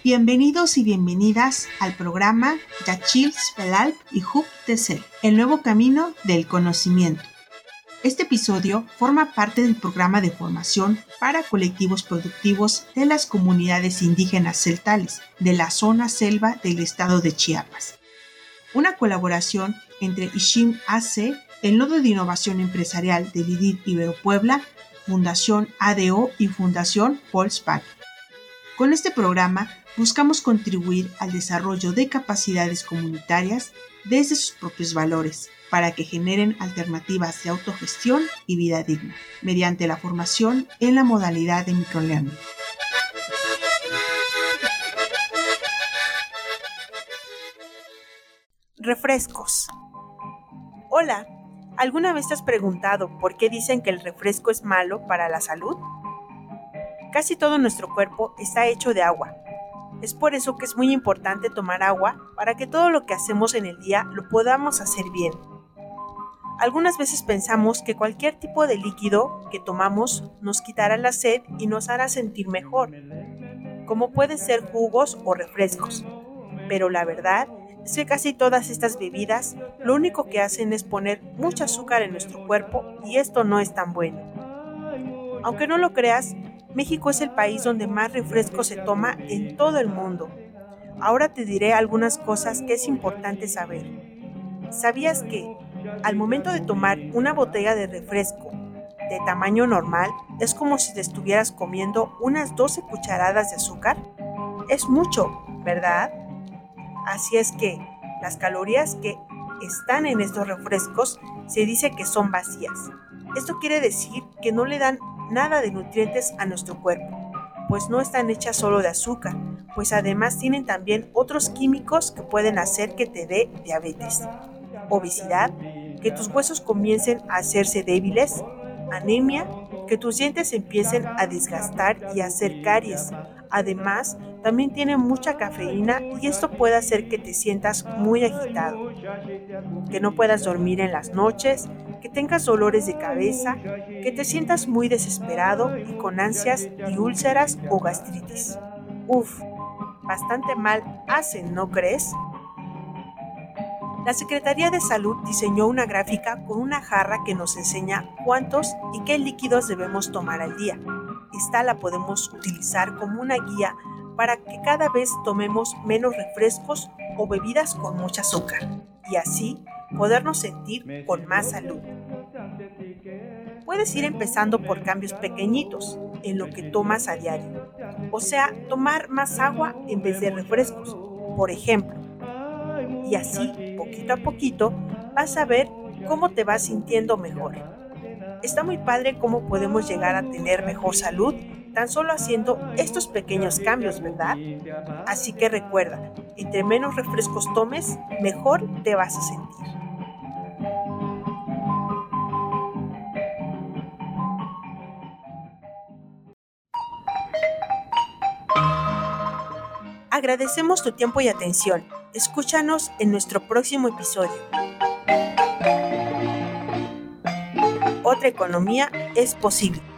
Bienvenidos y bienvenidas al programa Yachils Belalp y Hub TC, el nuevo camino del conocimiento. Este episodio forma parte del programa de formación para colectivos productivos de las comunidades indígenas celtales de la zona selva del estado de Chiapas. Una colaboración entre ISHIM AC, el Nodo de Innovación Empresarial del IDID Ibero Puebla, Fundación ADO y Fundación Volkswagen. Con este programa buscamos contribuir al desarrollo de capacidades comunitarias desde sus propios valores para que generen alternativas de autogestión y vida digna, mediante la formación en la modalidad de microlearning. Refrescos. Hola, ¿alguna vez te has preguntado por qué dicen que el refresco es malo para la salud? Casi todo nuestro cuerpo está hecho de agua. Es por eso que es muy importante tomar agua para que todo lo que hacemos en el día lo podamos hacer bien. Algunas veces pensamos que cualquier tipo de líquido que tomamos nos quitará la sed y nos hará sentir mejor, como pueden ser jugos o refrescos. Pero la verdad es que casi todas estas bebidas lo único que hacen es poner mucho azúcar en nuestro cuerpo y esto no es tan bueno. Aunque no lo creas, México es el país donde más refresco se toma en todo el mundo. Ahora te diré algunas cosas que es importante saber. ¿Sabías que al momento de tomar una botella de refresco de tamaño normal es como si te estuvieras comiendo unas 12 cucharadas de azúcar? Es mucho, ¿verdad? Así es que las calorías que están en estos refrescos se dice que son vacías. Esto quiere decir que no le dan nada de nutrientes a nuestro cuerpo, pues no están hechas solo de azúcar, pues además tienen también otros químicos que pueden hacer que te dé diabetes, obesidad, que tus huesos comiencen a hacerse débiles, anemia, que tus dientes empiecen a desgastar y a hacer caries. Además, también tiene mucha cafeína y esto puede hacer que te sientas muy agitado, que no puedas dormir en las noches, que tengas dolores de cabeza, que te sientas muy desesperado y con ansias y úlceras o gastritis. Uf, bastante mal hacen, ¿no crees? La Secretaría de Salud diseñó una gráfica con una jarra que nos enseña cuántos y qué líquidos debemos tomar al día. Esta la podemos utilizar como una guía para que cada vez tomemos menos refrescos o bebidas con mucho azúcar y así podernos sentir con más salud. Puedes ir empezando por cambios pequeñitos en lo que tomas a diario, o sea, tomar más agua en vez de refrescos, por ejemplo. Y así, poquito a poquito, vas a ver cómo te vas sintiendo mejor. Está muy padre cómo podemos llegar a tener mejor salud tan solo haciendo estos pequeños cambios, ¿verdad? Así que recuerda, entre menos refrescos tomes, mejor te vas a sentir. Agradecemos tu tiempo y atención. Escúchanos en nuestro próximo episodio. Otra economía es posible.